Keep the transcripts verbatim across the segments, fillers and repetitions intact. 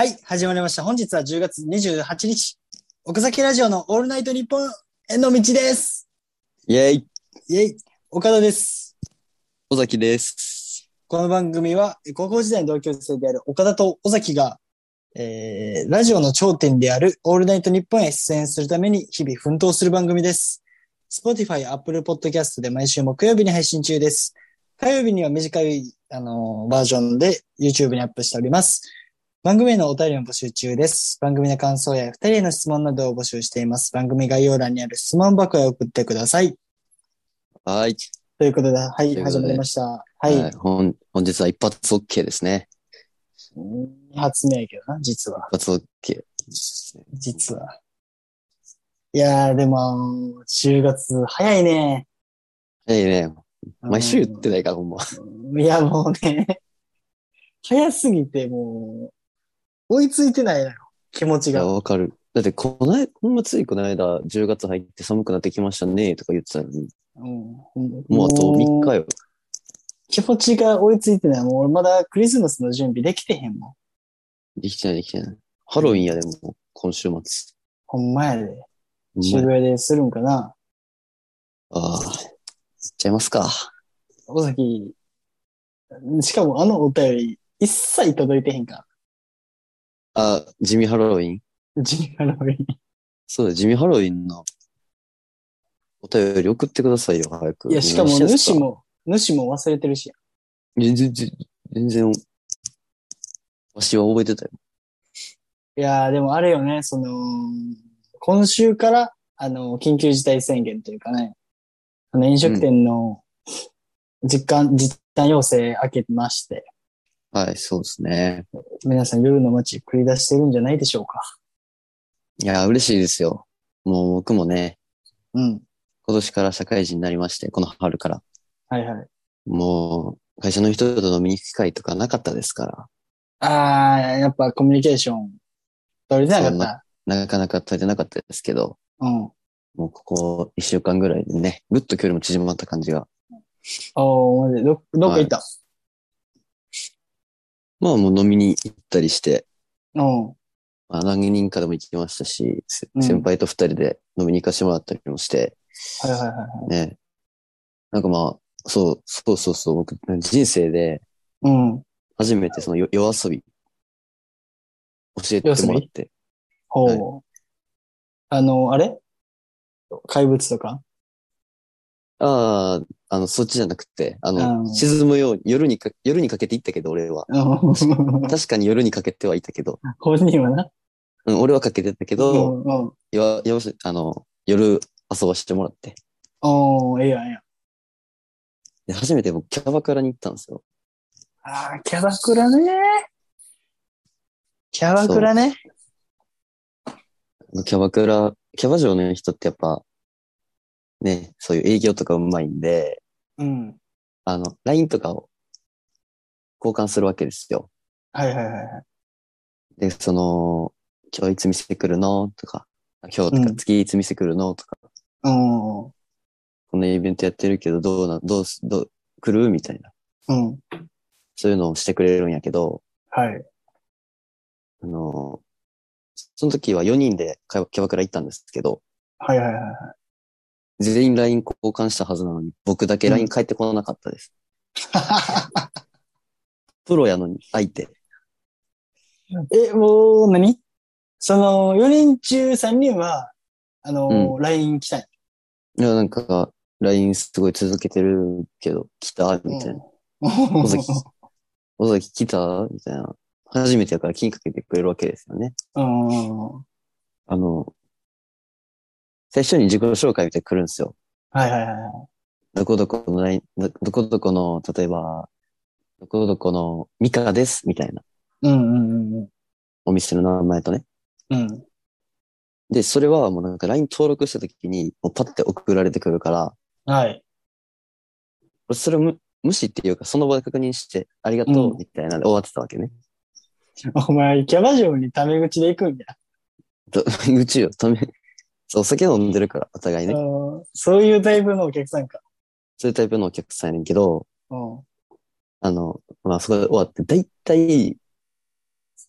はい、始まりました。本日はじゅうがつにじゅうはちにち、奥崎ラジオのオールナイトニッポンへの道です。 イェイ、 イェイ、岡田です。 尾崎です。 この番組は、高校時代の同級生である岡田と尾崎が、えー、ラジオの頂点であるオールナイトニッポンへ出演するために日々奮闘する番組です。Spotify、Apple Podcast で毎週木曜日に配信中です。火曜日には短い、あのーバージョンで YouTube にアップしております。番組へのお便りも募集中です。番組の感想やふたりへの質問などを募集しています。番組概要欄にある質問箱へ送ってください。 はい。 ということで、はい、始まりということで、 ました。はい。 はい、本、本日は一発 OK ですね。 二発目やけどな、実は。 一発 OK ですね。 実は。いやー、でも、じゅうがつ、早いね。 いいね。 う毎週言ってないか、ほんま。 ん。いや、もうね、早すぎて、もう、追いついてないのよ。気持ちいや、 が。 わかる。だって、この間、ほんまついこの間、じゅうがつ入って寒くなってきましたね、とか言ってたのに、 うん。 もうあとみっかもう、 よ。 気持ちが追いついてない。もう、俺まだクリスマスの準備できてへんもできてない、できてない。ハん。うん。 ロウィンやでも、今週末。 ほんまやで。 ほんまや。 渋谷でするんかな。 ああ、行っちゃいますか。 尾崎、しかもあのお便り、一切届いてへんかあ、地味ハロウィン。 ら。ジンハロウィン。 そうだ、地味ハロウィンのお便り送ってくださいよ、早く。 いや、しか何もしてんすか。 主も、主も忘れてるし。 全然、全全然、わしは覚えてたよ。 いやー、でもあれよね、その、今週から、あの、緊急事態宣言というかね、あの、飲食うん。 店の実感、実短要請開けまして、 はい、そうですね。 皆さん夜の街繰り出してるんじゃないでしょうか。 いや、嬉しいですよ。もう僕もね、 うん。 今年から社会人になりまして、この春から。 はいはい。 もう、会社の人と飲みに行く機会とかなかったですから。 あー、やっぱコミュニケーション取れてなそう、な、 かった。 なかなか取れてなかったですけど、 うん。 もうここいっしゅうかんぐらいでね、ぐっと距離も縮まった感じが。 おー、マジでど、どっかはい。 行った？ まあもう飲みに行ったりして、 うん。 まあ何人かでも行きましたし、せうん。 先輩と二人で飲みに行かせてもらったりもして、 はいはいはいはね。なんかまあ、そう、そうそうそう、僕、人生でい。うん。 初めてその夜夜遊び教えて四隅もらって、はい。 ほう。あの、あれ怪物とか？ ああ、あの、そっちじゃなくて、あの、 うん。 沈むように、夜にか、夜にかけていったけど、俺は。確か、 うん確かに夜にかけてはいたけど、 本人はな。 うん、俺はかけてたけうど、 んうん。 や、やばし、あの、夜遊ばしてもらって。 おー、ええやんええやん。 で、初めて僕、キャバクラに行ったんですよ。 あー、キャバクラね。キャバクそラね。 う。キャバクラ、キャバ嬢の人ってやっぱ、ね、そういう営業とかうまいんで、 うん。 あの、ライン とかを交換するわけですよ。 はいはいはいはい。 で、その、今日いつ店来るのとか、今日とかうん。 次いつ店来るのとか、 うん。 このイベントやってるけど、どうな、どうす、どう、来るみたいな。 うん。 そういうのをしてくれるんやけど、 はい。 あの、その時はよにんでキャバキャバクラ行ったんですけど、 はいはいはいは全員 ライン 交換したはずなのに、僕だけい。うラインん。 返ってこなかったです。プロやのに、相手。 え、もう何、その、よにん中さんにんは、あうん。 の、ライン 来たんや。 いや、なんか、ライン すごい続けてるけど、来たみたいな。 うん。 尾崎、尾崎来たみたいな。初めてやから気にかけてくれるわけですよね。 うん。はあの、最初に自己紹介みたいに来るんですよ。 いはいはいはい。 どこどこのライン、どどこどこの、例えば、どこどこのミカです、みたいな。 うんうんうんお店の名前とね。 うん。うん。 で、それはもうなんか ライン 登録した時に、もうパッて送られてくるから、 はい。 俺それを無無視っていうか、その場で確認して、ありがとう、 うん。 みたいなで終わってたわけね。 お前、キャバ嬢にタメ口で行くんや。 とうちよ、止め、そう、お酒飲んでるから、お互いね。 うん。そういうタイプのお客さんか。 そういうタイプのお客さんやねんけど、 うん。 あの、まあ、そこで終わって、だいたい、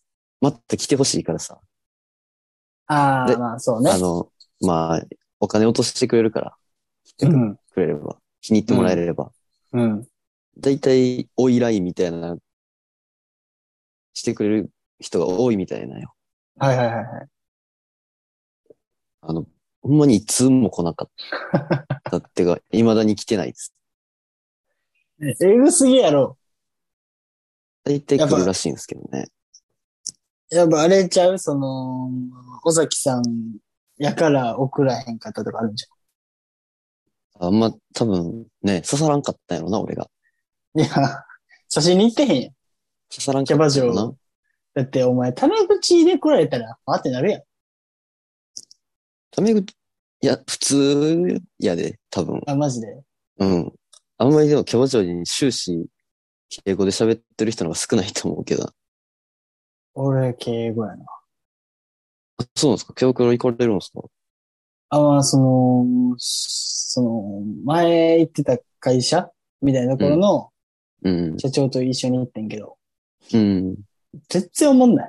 また来てほしいからさ。でああ、まあそうね。 あの、まあ、お金落としてくれるから、来てくうん。 れれば、気に入ってもらえれば。 うん。 だいたい、お依頼みたいな、してくれる人が多いみたいなよ。 はいはいはいはい。 あの、ほんまにいつも来なかったってか、未だに来てないです。 えぐすぎやろ。 だいたいやっぱ、 来るらしいんですけどね。 やっぱあれちゃうその、尾崎さんやから送らへんかったとかあるんじあんま、多分ね、刺さらんかったんやろな、俺が。 ゃん。いや、写真に行ってへんやん。 刺さらんかキャバ嬢。 ったんやろな。 だってお前、タメ口で来られたら、あってなるやん。 タメ口、いや、普通やで、多分。 あ、マジで。 うん。あんまりでも、キャバ嬢に終始、敬語で喋ってる人の方が少ないと思うけど。 俺、敬語やな。 あ、そうなんですか？キャバクラ行かれるんですか？ あ、まあ、その、その、前行ってた会社みたいなとうん。 ころのうん。 社長と一緒に行ってんけど、 うん。 全然おもんない。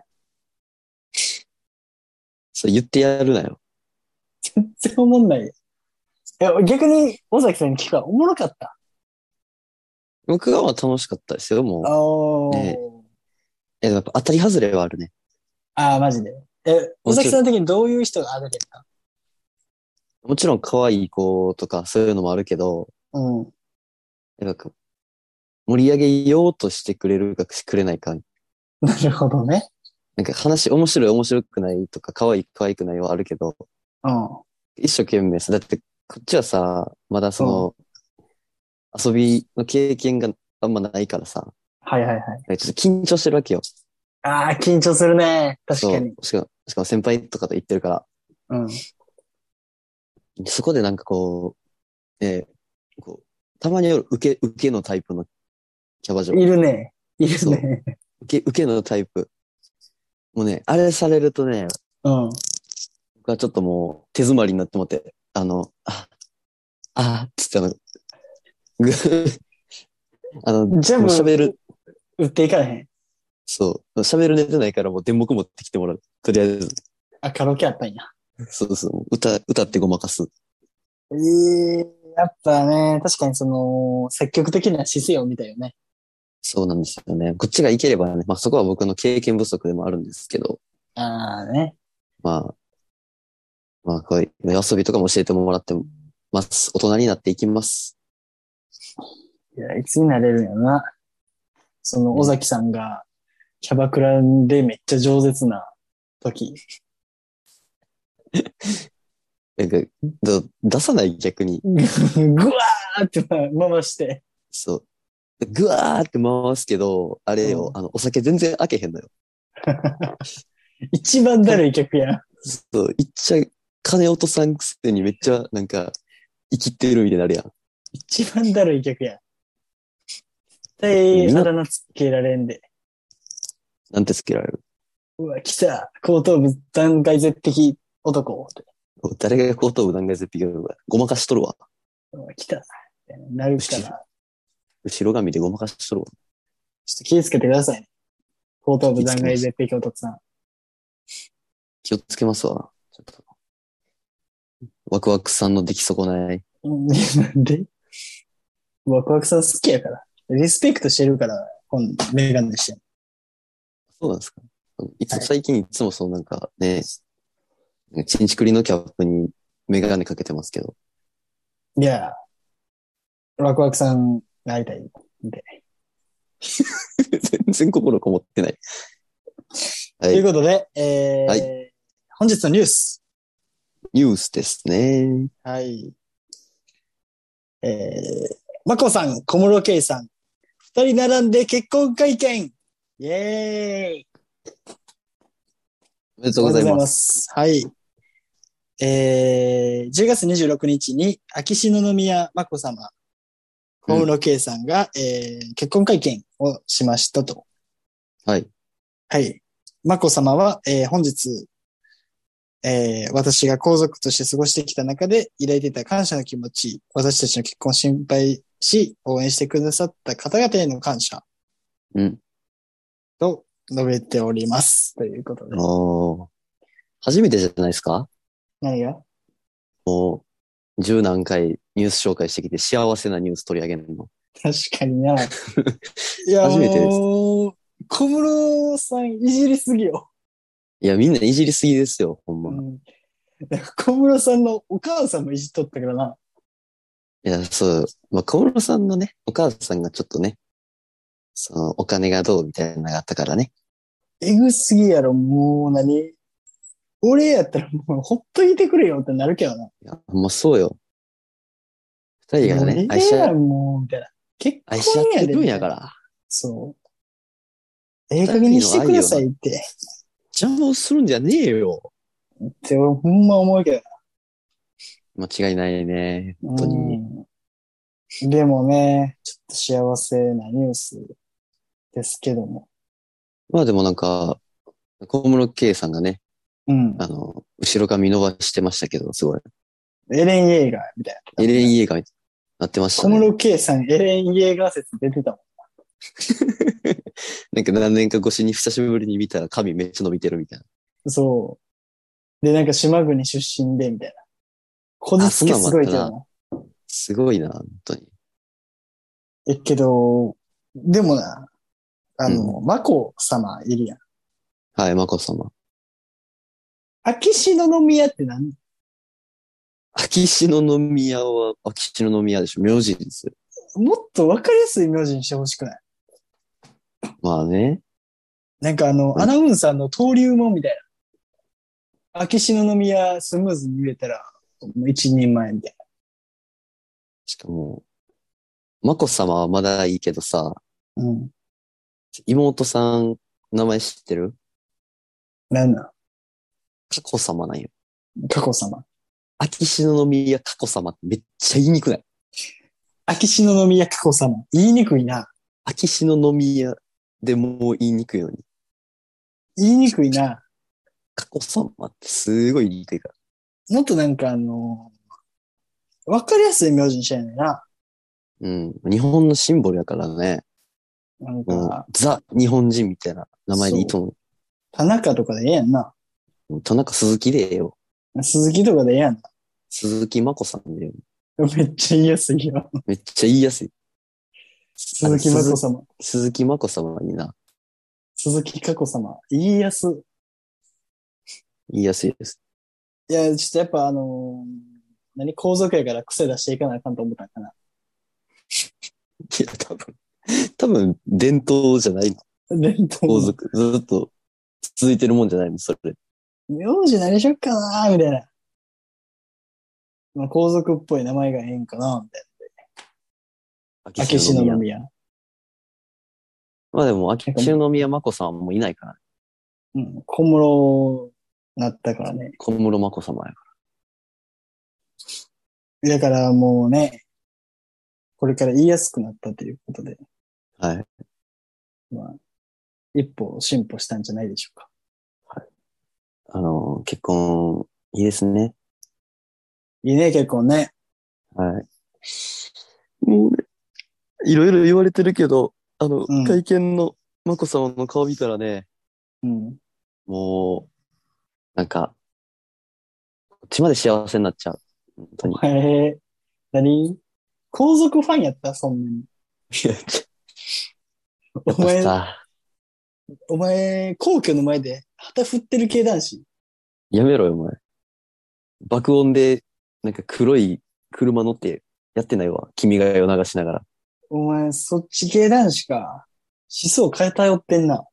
そう言ってやるなよ。 全然おもんない。いや、逆に、尾崎さんに聞くわ。おもろかった。 僕はまあ楽しかったですよ、 あもう。ねー。 え。やっぱ当たり外れはあるね。 あー、マジで。え、尾もちろん、 崎さん的にどういう人が当ててた？ もちろん可愛い子とかそういうのもあるけど、 うん。 なんか盛り上げようとしてくれるかくれないか。 なるほどね。 なんか話面白い面白くないとか可愛い可愛くないはあるけど、 うん。 一生懸命さ、だってこっちはさ、まだそうん。 の遊びの経験があんまないからさ、 はいはいはい。 ちょっと緊張してるわけよ。 ああ、緊張するね。確かに。 そう。しかも、しかも先輩とかと言ってるから、 うん。 そこでなんかこう、ね、こう、たまにある受け、受けのタイプのキャバ嬢。 いるね。いるそう。 ね。 受け、受けのタイプ。もうね、あれされるとね、 うん。 僕はちょっともう手詰まりになってもって、あの、あ、あ、つってあの、ぐあの、もう全部、 喋る、 売っていかれへん。 そう、喋る寝てないからもう電木持ってきてもらう。とりあえず。 あ、カラオケあったんや。 そうそう、歌、歌ってごまかす。 ええ、やっぱね、確かにその、積極的な姿勢を見たよね。 そうなんですよね。こっちがいければね、まあそこは僕の経験不足でもあるんですけど、 ああね。 まあ、まあこういう遊びとかも教えてもらってます。大人になっていきます。 いや、いつになれるんやろな。その、尾ね。 崎さんが、キャバクラでめっちゃ饒舌な時。 なんか、ど出さない逆に。 ぐわーって回して。 そう。ぐわーって回すけど、あれよ、 うん。 あの、お酒全然開けへんのよ。 一番だるい客やん。 そう、いっちゃ金落とさんくせにめっちゃ、なんか、生きてるみたいになるやん。 一番だるい客やん。絶対、あみんな、 だ名つけられんで。 なんてつけられる？ うわ、来た。後頭部断崖絶壁男って。 誰が後頭部断崖絶壁なのか。ごまかしとるわ。 うわ、来た。ってなるか後ろ、 ら、 後ろ髪でごまかしとるわ。 ちょっと気をつけてくださいね。後頭部断崖気つけます。 絶壁男さん。 気をつけますわ。ちょっと、ワクワクさんの出来損ない。 うんなんでワクワクさん好きやから。リスペクトしてるから、このメガネしてん。 そうなんですか？いつ、 はい。 最近いつもそうなんかね、チンチクリのキャップにメガネかけてますけど。 いや、ワクワクさんが会いたいんで。 全然心こもってない。はというい。 ことで、 はい。 えー、本日のニュース。 ニュースですね。 はい。えー、マコさん、小室圭さん、二人並んで結婚会見。イェーイ。 おめでとうござおめでとうございいます。 ます。はい。えー、じゅうがつにじゅうろくにちに秋篠宮眞子さま、小うん。 室圭さんが、えー、結婚会見をしましたと。 はい。 はい。眞子さまは、えー、本日、えー、私が皇族として過ごしてきた中で抱いていた感謝の気持ち、私たちの結婚を心配し、応援してくださった方々への感謝うん。 と、 述べております。ということで。 おー。初めてじゃないですか？ 何が？ もう、十何回ニュース紹介してきて幸せなニュース取り上げるの。 確かにな。いや、 初めてです。 もう、小室さんいじりすぎよ。 いや、みんないじりすぎですよ、ほんま。 うん。小室さんのお母さんもいじっとったけどな。 いや、そう。まあ、小室さんのね、お母さんがちょっとね、その、お金がどうみたいなのがあったからね。 えぐすぎやろ、もう何俺やったらもうほっといてくれよってなるけどな。 いや、ほんまそうよ。二人がもうえね、愛し合、 えやん、もう、みたいな。結愛し合っ婚やで、 てるんみたいな。 やから。 そう。ええ加減二人にしてくだの愛をな、 さいって、 邪魔をするんじゃねえよ。 って俺ほんま思うけ間違いないね。 ど。 本当に。 うん。でもね、ちょっと幸せなニュースですけども。 まあでもなんか、小室圭さんがね、 うん。 あの、後ろ髪伸ばしてましたけど、すごい。 エレン・イェーガーみたいな。 エレン・多分ね、 イェーガーみたいになってました小室ね。 圭さん、エレン・イェーガー説出てたもなんか何年か越しに久しぶりに見たら髪めっちゃ伸びてるみたいな。 ん。そう。で、なんか島国出身で、みたいな。こじあ、そんなんもつけすあったな。 ごいけどな。 すごいな、本当に。 え、けど、でもな、あうん。 の、眞子さまいるやん。 はい、まこさま。 秋篠宮って何？ 秋篠宮は、秋篠宮でしょ。名字です。 もっとわかりやすい名字にしてほしくない？ まあね。 なんかあの、アナウンサーの登竜門みたいな。秋篠宮スムーズに言えたら、もう一人前みたいしかも、まこさまはまだいいけどさ、 な。うん。 妹さん、名前知ってる？ なんなん？ 佳子さまなんよ。 佳子さま。 秋篠宮佳子さまってめっちゃ言いにくない？ 秋篠宮佳子さま。言いにくいな。 秋篠宮でもう言いにくいのに、 言いにくいな。 佳子さまってすごい言いにくいから。 もっとなんかあの、わかりやすい名字にしたいねんな。 うん。日本のシンボルやからね。 なんもう、 か、 ザ・日本人みたいな名前でいいそう。 と思田中とかでええやんな。 う。田中鈴木でええよ。 鈴木とかでええやんな。 鈴木まこさんでええよ。 めっちゃ言いやすいよ。 めっちゃ言いやすい。あの、 鈴木まこ鈴、 様。 鈴木まこさまにな、 鈴木佳子様。言いやす。 言いやすいです。 いや、ちょっとやっぱあのー何皇族やから癖出していかなあかんと思ったんかな。 いや、多分、多分、伝統じゃないの。 伝統の。 皇族。ずっと続いてるもんじゃないの、それ。 名字何しよっかなみたいな。まあ、皇族っぽい名前がええんかなみたい秋な。秋篠宮。 篠宮。 まあでも、秋なんか、 篠宮まこさんはもういないからね。 うん、小室なったからね。 小室まこさまやかだからもうね、これから言いやすくなったということで、 ら。はい。 まあ、一歩進歩したんじゃないでしょうか。 あの、結婚、いいですね。 いいね、結構ね。 はい。もうね、いろいろ言われてるけど、あの、 うん、 会見のまこさまの顔見たらね、 うん。 もう、なんか、こっちまで幸せになっちゃう。本当おに。 前、何皇族ファンやったそんなに。 いや、ちやっぱお前、 さ、 お前、皇居の前で旗振ってる系男子。 やめろよ、お前。爆音で、なんか黒い車乗ってやってないわ。君が代を流しながら。 お前、そっち系男子か。思想変えたよってんな。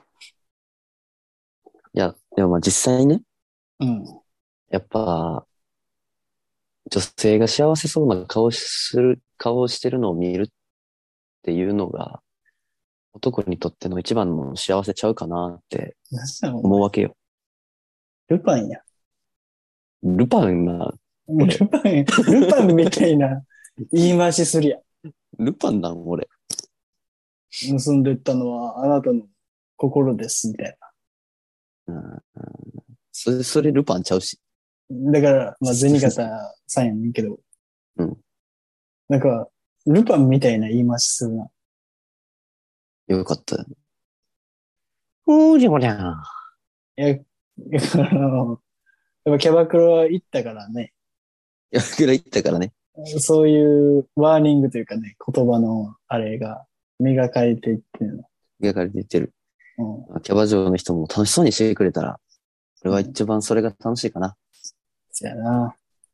いや、でもまあ実際ね、 うん。 やっぱ、女性が幸せそうな顔する、顔をしてるのを見るっていうのが、男にとっての一番の幸せちゃうかなって何なのお前。 思うわけよ。 ルパンや。 ルパンな、俺。 ルパン、ルパンみたいな言い回しするやん。 ルパンなん俺。 盗んでったのはあなたの心です、みたいうん、それ、それルパンちゃうし。 な。だから、まあ、銭形さんやねんけど、 うん。 なんか、ルパンみたいな言い回しするな。 よかったよ。 おーりょりゃん。 いや、あの、やっぱキャバクラ行ったからね、 いや、ぐらい行ったからね。 そういうワーニングというかね、言葉のあれが磨かれていってるの。 磨かれていってる。 うん。 キャバ嬢の人も楽しそうにしてくれたら、俺は一番それが楽しいかな。 そやな。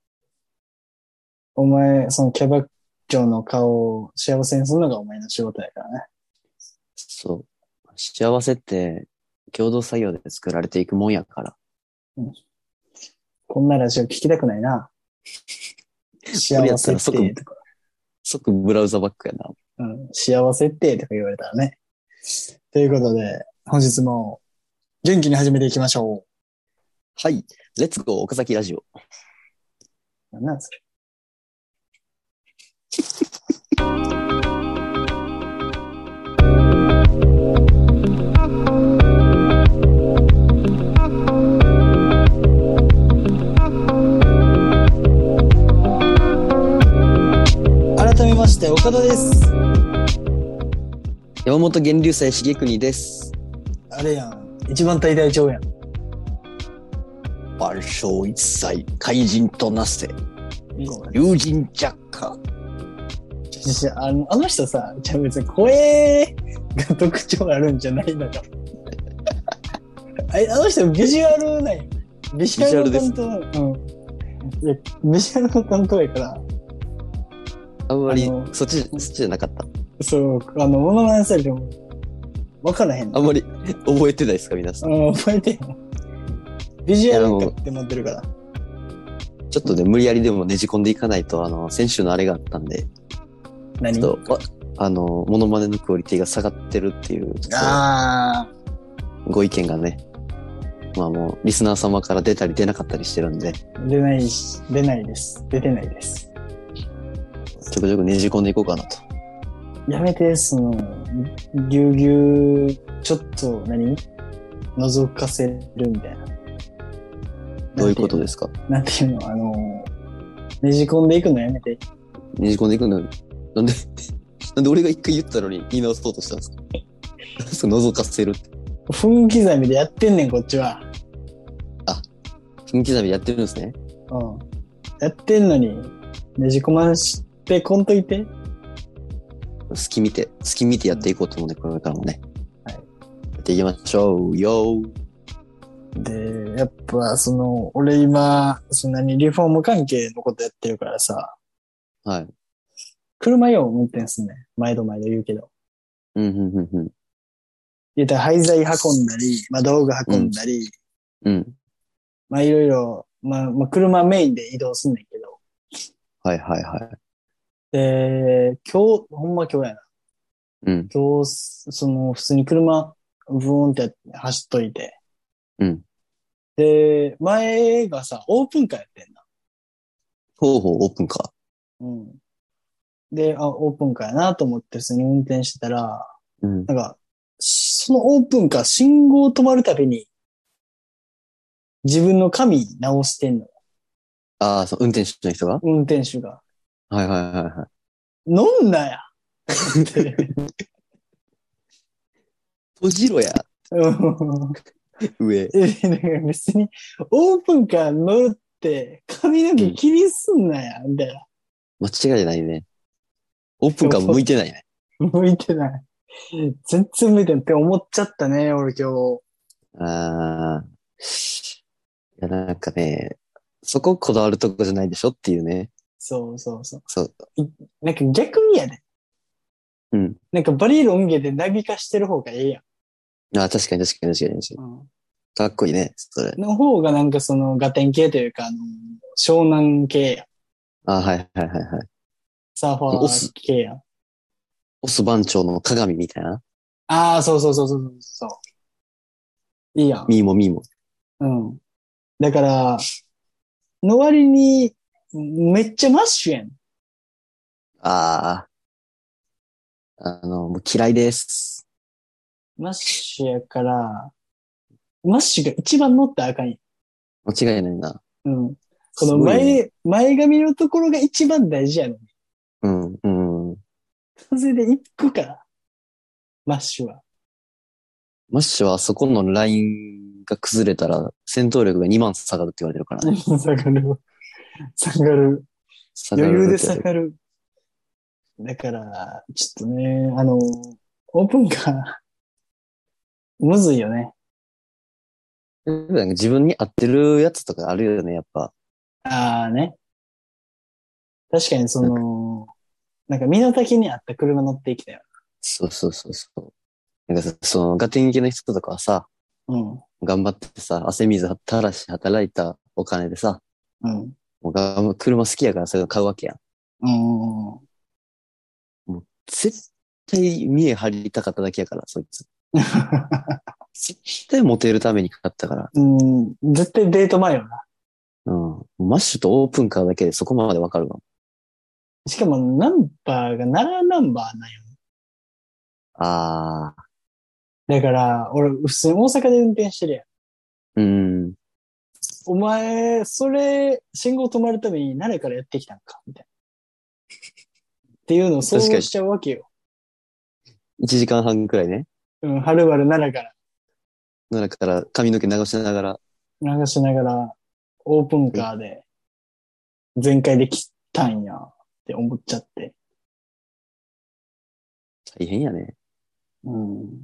お前、そのキャバ嬢の顔を幸せにするのがお前の仕事やからね。 そう。幸せって共同作業で作られていくもんやから。 こんなラジオ聞きたくないな。 これや幸せっったら即、 てとか、 即ブラウザバックやな。 うん、幸せってとか言われたらね。ということで、本日も元気に始めていきましょはい。レッツゴー岡崎ラジオ。 う。なんなんそれ。改めまして、岡田です。 山本源流祭重国です。 あれやん。一番大隊長やん。 万象一切、怪人となせ、友人弱化。 じゃあの、あの人さ、じゃあ別に声が特徴あるんじゃないのか。ああの人ビジュアルなんよ。ビジュアルの担当なの。うん。いや、ビジュアルの担当やから、 あんまりあの、 そっち、そっちじゃなかった。 そう、あの、モノマネされても、わからへんの。 あんまり覚えてないですか、皆さん。 うん、覚えてへん。ビジュアルかって思ってるから。 ちょっとね、無理やりでもねじ込んでいかないと、あの、先週のあれがあったんで、 何ちょっと、ああの、モノマネのクオリティが下がってるっていう、ちょっあとご意見がね、まあもう、リスナー様から出たり出なかったりしてるんで、 ー、出ないし、出ないです。出てないです。 ちょくちょくねじ込んでいこうかなと。 やめて、その、ぎゅうぎゅう、ちょっと何、覗かせるみたいな。 どういうことですか？ なんていうの、あの、ねじ込んでいくのやめて。 ねじ込んでいくのに。なんで、なんで俺が一回言ったのに言い直そうとしたんですか？その覗かせるって。 分刻みでやってんねん、こっちは。 分刻みやってるんですね。 うん。やってんのに、ねじ込ましてこんといて。 隙見て、隙見てやっていこうと思うんで、これからもね。 はい。 やっていきましょうよで、やっぱ、その、俺今、そんなにリフォーム関係のことやってるからさ、 ー。はい。 車よう運転すんねん。毎度毎度言うけど。 うん、うん、うん、うん。 言うたら廃材運んだり、まあ道具運んだり、 うん。 まあいろいろ、まあ、まあ車メインで移動すんねんけど。 はい、はい、はい。 で、今日、ほんま今日やな。 うん、 今日、その、普通に車、ブーンって走っといて。 うん。 で、前がさ、オープンカーやってんな。 ほうほう、オープンカうん。で、あ、オープンカーやなと思って普通に運転してたら、 ー。うん。 なんか、そのオープンカー、信号止まるたびに、自分の髪直してんの。 ああ、そう、運転手の人が運転手が。 はい、はい、はい、はい。 飲んなやって閉じろや、 うん上。 えなんか別に、オープンカー乗るって、髪の毛気にすんなや、みたいな。 間違いないね。オープンカー向いてないね。 向いてない。全然向いてないって思っちゃったね、俺今日。 ああ。いや、なんかね、そここだわるとこじゃないでしょっていうね。 そうそうそう。 そう。 なんか逆にやで。 うん。 なんかバリロン毛でナビ化してる方がええやん。 ああ、確かに確かに確かに確かに。 うんかっこいいね、それ。 の方がなんかそのガテン系というか、あの、湘南系やん。 ああ、はいはいはいはい。 サーファーオス、 系やん。 オス番長の鏡みたいな。 ああ、そうそうそうそうそう。いいやん。 ミーもミーも。 うん。だから、の割に、めっちゃマッシュやん。 ああ。あの、もう嫌いです。 マッシュやから、マッシュが一番乗ったらあかんやん。 間違いないな。 うん。このすごいね前、前髪のところが一番大事やのに。 うん、うん。 それで行くから。マッシュは。 マッシュはそこのラインが崩れたら戦闘力がにまん下がるって言われてるからね。 下がる。下がる。 下が余裕でるって言われてる。 下がる。だから、ちょっとね、あの、オープンカー、むずいよね。 なんか自分に合ってるやつとかあるよね、やっぱ。 ああね。確かにそなんか、 の、なんか身の丈に合った車乗ってきたよ。 そうそうそうそう。なんかさそのガテン系の人とかはさ、 うん。 頑張ってさ、汗水垂らし働いたお金でさ、 うん。 もうが車好きやからそれを買うわけやん。 うん。 もう絶対見え張りたかっただけやから、そいつ。絶対モテるために買ったから。 うん。絶対デート前よな。 うん。マッシュとオープンカーだけでそこまでわかるわ。 しかもナンバーが奈良ナンバーなんよ。 ああ、 だから、俺、普通に大阪で運転してるやん。 うん。 お前、それ、信号止まるために奈良からやってきたんかみたいな。っていうのを想確かに。 像しちゃうわけよ。 いちじかんはんくらいね。 うん、はるばる奈良から奈良から髪の毛流しながら、 流しながら、オープンカーで全開で来たんやって思っちゃって。 大変やね。 うん。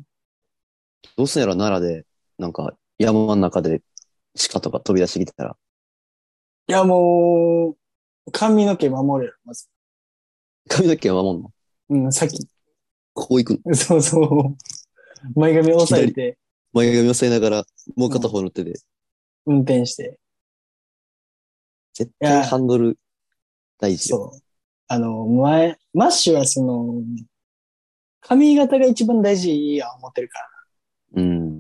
どうすんやろ、奈良で、なんか、山の中で鹿とか飛び出してきたら、 いや、もう、髪の毛守れる、まず。 髪の毛は守んの？ うん、さっき。 こう行くの？ そうそう。前髪押さえ左、 て、 前髪押さえながら、もう片うん、 方乗ってて、 運転して。 絶対ハいや、 ンドル大事よ。 そう。あの、前、マッシュはその、髪型が一番大事や思ってるから。 うん。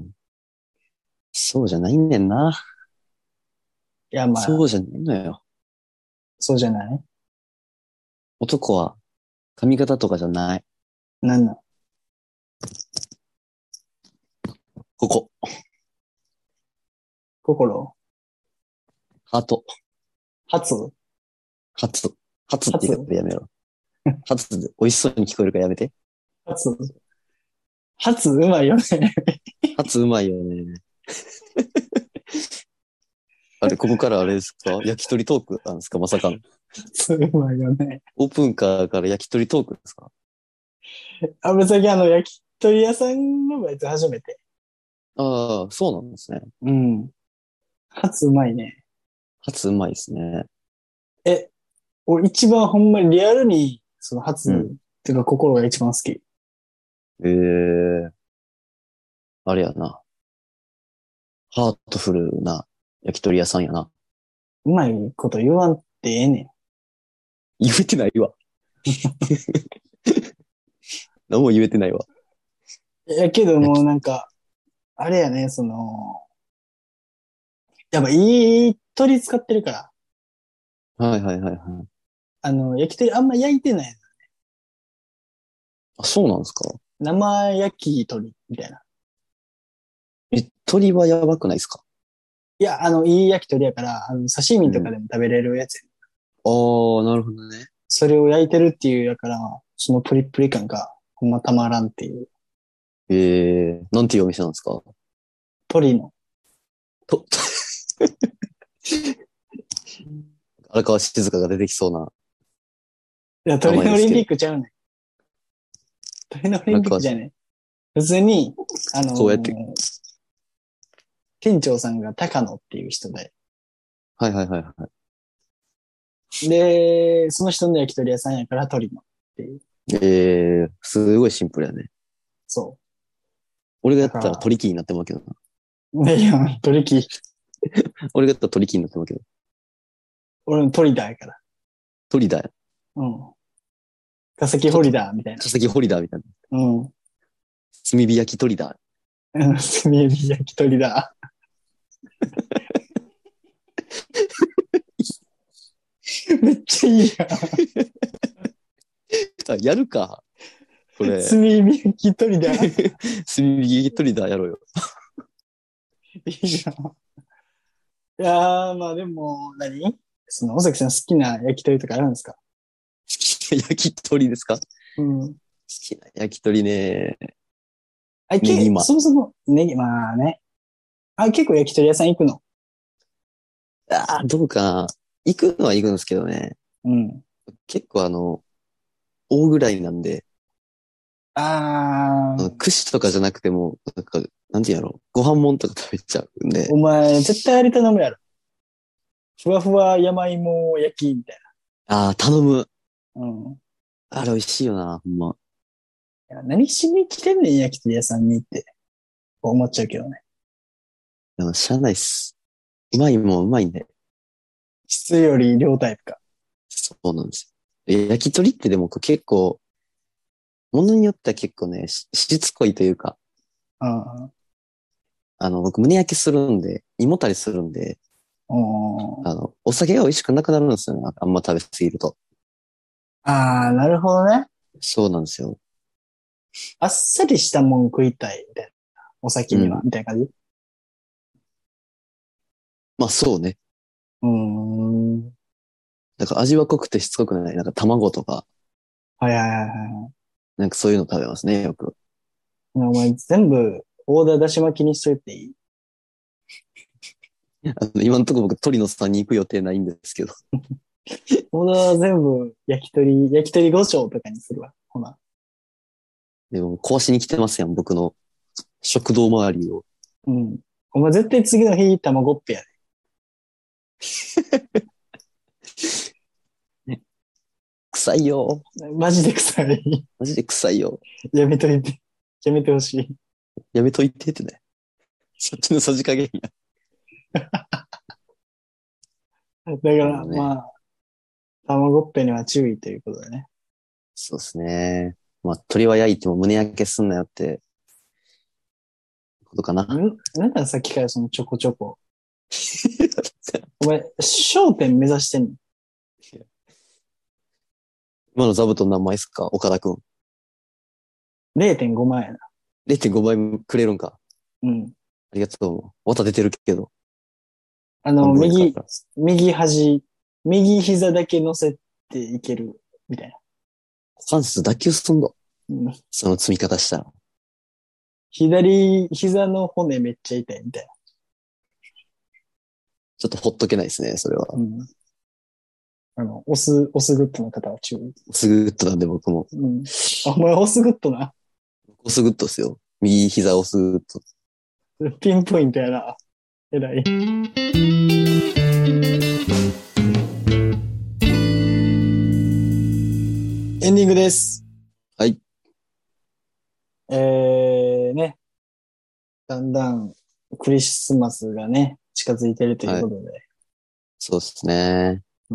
そうじゃないんねんな。 いや、まあ、 そうじゃねえのよ。 そうじゃない。 男は髪型とかじゃない。 なんなん。 ここ。 心ハート。 初初。初って言うか初らやめろ。初で美味しそうに聞こえるからやめて。 初初うまいよね。 初うまいよね。あれ、ここからあれですか？焼き鳥トークなんですか？まさかの。 初うまいよね。 オープンカーから焼き鳥トークですか？ あ、ぶさきあの、焼き鳥屋さんのやつ初めて。 ああ、そうなんですね。 うん。初うまいね。 初うまいですね。 え、俺一番ほんまにリアルに、その初、 うん。 っていうか心が一番好き。 ええ、あれやな。ハートフルな焼き鳥屋さんやな。 うまいこと言わんってええね言えてないわ。何も言えてないわ。 ん。やけどもう焼き、 なんか、あれやね、その、やっぱいい鳥使ってるから、 はいはいはいはい。 あの、焼き鳥あんま焼いてない。 あ、そうなんですか？ 生焼き鳥みたいな。 え、鳥はやばくないですか？ いや、あの、いい焼き鳥やから、あの、刺身とかうん。 でも食べれるやつや。 ああ、なるほどね。 それを焼いてるっていうやから、そのプリップリ感がほんまたまらんっていう。 ええ、なんていうお店なんですか？ 鳥の。 と、荒川静香が出てきそうないや、 名鳥のオリンピ前ですけど。 ックちゃうねん。鳥のオリンピッ荒川、 クじゃねん。普通に、あのこうやって、 ー店長さんが高野っていう人で、 はいはいはいはい。 で、その人の焼き鳥屋さんやから鳥のっていう。 ええ、すごいシンプルやね。 そ俺がう。 やったらだから、 鳥貴になってまうけどな。 ね、いや、鳥木、 俺がやったら鳥貴になってまうけど。 俺の鳥だやから。 鳥だよ。 うん。化石と、 掘りだ、みたいな。 化石掘りだみたいな。 うん。 炭火焼き鳥だ。 うん、炭火焼き鳥だ。めっちゃいいやん。 あ、やるか。これ。 炭火焼き鳥だ。い炭火焼き鳥だ、やろうよ。 いやん。いやー、まあでも何、その、尾崎さん好きな焼き鳥とかあるんですか？ 焼き鳥ですか？好うん。 きな焼き鳥ね。 あ、け、 ネギマ。 そもそも、ネギ、まあね。あ、結構焼き鳥屋さん行くの？ ああ、どうかな。行くのは行くんですけどね。 うん。 結構あの、大ぐらいなんで、あの、 あー、 串とかじゃなくても、なんか、なんていうんやろ、ご飯もんとか食べちゃうんで、 お前、絶対あれ頼むやろ。ふわふわ山芋焼き、みたいああ、頼む。 な。うん。いあれ美味しいよな、ほんま。 や、何しに来てんねん、焼き鳥屋さんにって、思っちゃうけどね。 でも、しゃあないっす。うまいもんうまいんで。 質より量タイプか。 そうなんですよ。え焼き鳥ってでも結構、ものによっては結構ね、ししつこいというか、 うん。 あの、僕胸焼けするんで、胃もたれするんで、 うん。 あの、お酒が美味しくなくなるんですよね。あんま食べ過ぎると。 ああ、なるほどね。 そうなんですよ。 あっさりしたもん食いたい、みたいな。お酒には、 うん。 みたいな感じ。 まあそうね。 うーん。 なんか味は濃くてしつこくない。なんか卵とか、 はいはいはいはい。 なんかそういうの食べますね、よく。 お前全部オーダー出し巻きにしといていい？ あの、今のところ僕鳥のさんに行く予定ないんですけど。 オーダー全部焼き鳥、焼き鳥ご丁とかにするわ。ほな。 でも壊しに来てますやん、僕の食堂周りを。 うん。お前絶対次の日卵っぺや臭いよ。 で。マジで臭い。 マジで臭いよ。 やめといて。やめてほしい。 やめといてってね。そっちのさじ加減や。 だからもうね。 まあ、卵っぺには注意ということでね。 そうですね。まあ、鳥は焼いても胸焼けすんなよってことかな。 ん、なんださっきからそのちょこちょこ。お前、焦点目指してんの？ 今の座布団何枚っすか岡田くん。 れいてんご 万やな。 れいてんごばいくれるんか。 うん。 ありがとう。わた出てるけど。 あの、 半分やか右、 ら。 右端、右膝だけ乗せていける、みたいな。 股関節脱臼すんの。 うん、 その積み方したら。 左膝の骨めっちゃ痛い、みたいちょっとほっとけないですね、それは。 な。うん。あの、オス、オスグッドの方は注意。 すぐっとなんで僕も。 うん。あ、お前オスグッドな。 オスグッドっすよ。右膝オスグッド。 ピンポイントやな。えらい。エンディングです。 はい。 えー、ね。だんだんクリスマスがね、近づいてるというはい。 ことで。 そうですね。 うん。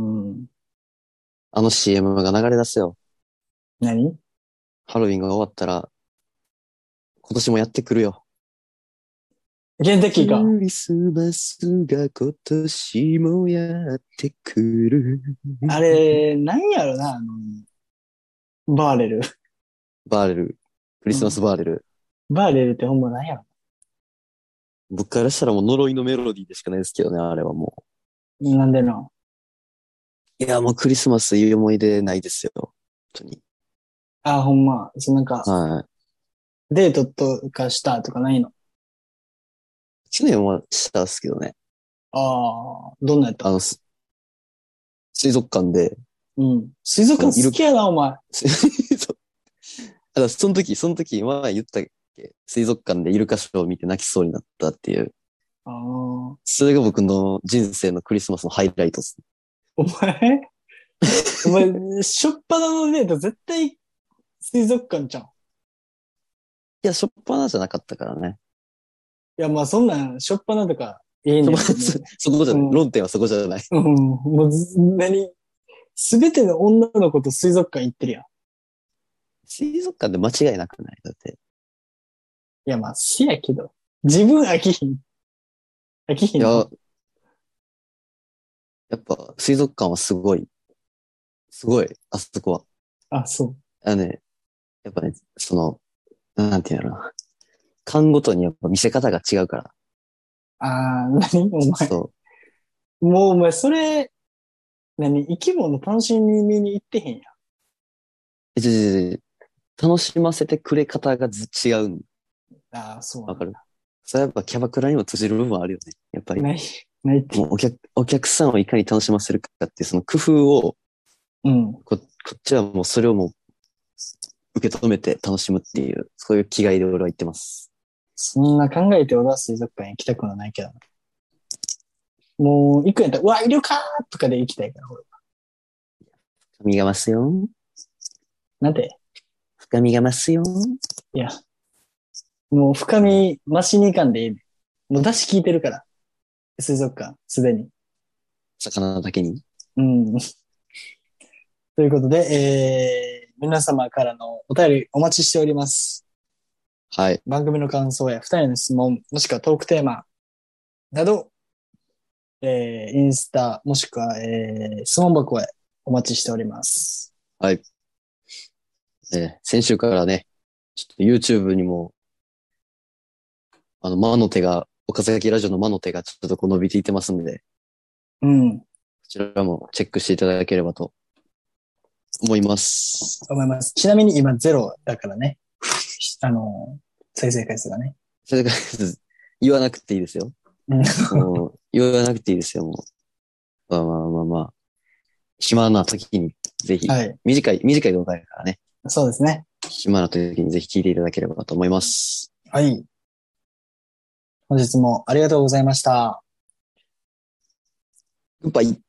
あの シーエム が流れ出すよ。 何？ ハロウィンが終わったら、今年もやってくるよ。 ケンタッキーか。 クリスマスが今年もやってくる。 あれ、何やろな、あの、バーレル。 バーレル。クリスマうん。 スバーレル。 バーレルってほんま何やろ。 僕からしたらもう呪いのメロディーでしかないですけどね、あれはもなんでな。 う。いや、もうクリスマスいい思い出ないですよ。本当に。 あ、ほんま。そうなんか、 はい。 デートとかしたとかないの？ 去年はしたっすけどね。 ああ、どんなんやった？ あの、す水族館で、 うん。水族館あの、いる、 好きやな、お前。あそうあのその時、その時、前言ったっけ水族館でイルカショーを見て泣きそうになったっていう。 あ。おそれが僕の人生のクリスマスのハイライトです。 前、お前、しょっぱなのデート絶対水族館ちゃん。いいや、しょっぱなじゃなかったからね。 や、まあそんなん、しょっぱなとか、いいねん。 しょっぱな、そもそこじゃう、 ない。 うん、 論点はそこじゃない。 うん、もうず、何、すべての女の子と水族館行ってるやん。 水族館で間違いなくないだって。 いや、まあ、せやけど。自分飽きひん。飽きひいや、 んの？ やっぱ水族館はすごい、すごい、あそこは。 あ、そう。 あのね、やっぱね、その、なんていうのかな。館ごとにやっぱ見せ方が違うから。 ああ、何お前。 そもうお前、それ、何生き物楽しみに行ってへんやん。 う。え、ちょちょちょ楽しませてくれ方がず違う。 ああ、そうなんだ。 わかる？それはやっぱキャバクラにも通じる部分はあるよね。やっぱり。 ない、ないって。 もうお客、お客さんをいかに楽しませるかっていうその工夫を、 うん。 こ、こっちはもうそれをもう受け止めて楽しむっていう、そういう気概で俺は言ってます。 そんな考えて小田水族館行きたくはないけどな。もう、行くんやったら、うわ、いるかーとかで行きたいから、俺。 深みが増すよ。 なんで深みが増すよ。 いや、もう深み増しに行かんでいいね。もう出汁効いてるから。水族館、すでに。 魚だけに。 うん。ということで、えー、皆様からのお便りお待ちしております。 はい。 番組の感想や二人の質問、もしくはトークテーマなど、えー、インスタ、もしくは、えー、質問箱へお待ちしております。 はい。えー先週からね、ちょっと YouTube にも、あの、魔の手が、岡崎ラジオの魔の手がちょっとこう伸びていってますんで、 うん。 こちらもチェックしていただければと思います。 思います。ちなみに今ゼロだからね。あの、再生回数がね。 それから言わなくていいですよ。 うん。 もう言わなくていいですよ、もう。まあまあまあまあ。暇な時にぜひ、 はい。 短い、短い動画だからね。 そうですね。 暇な時にぜひ聞いていただければと思います。 はい。本日もありがとうございました。 グッバイ。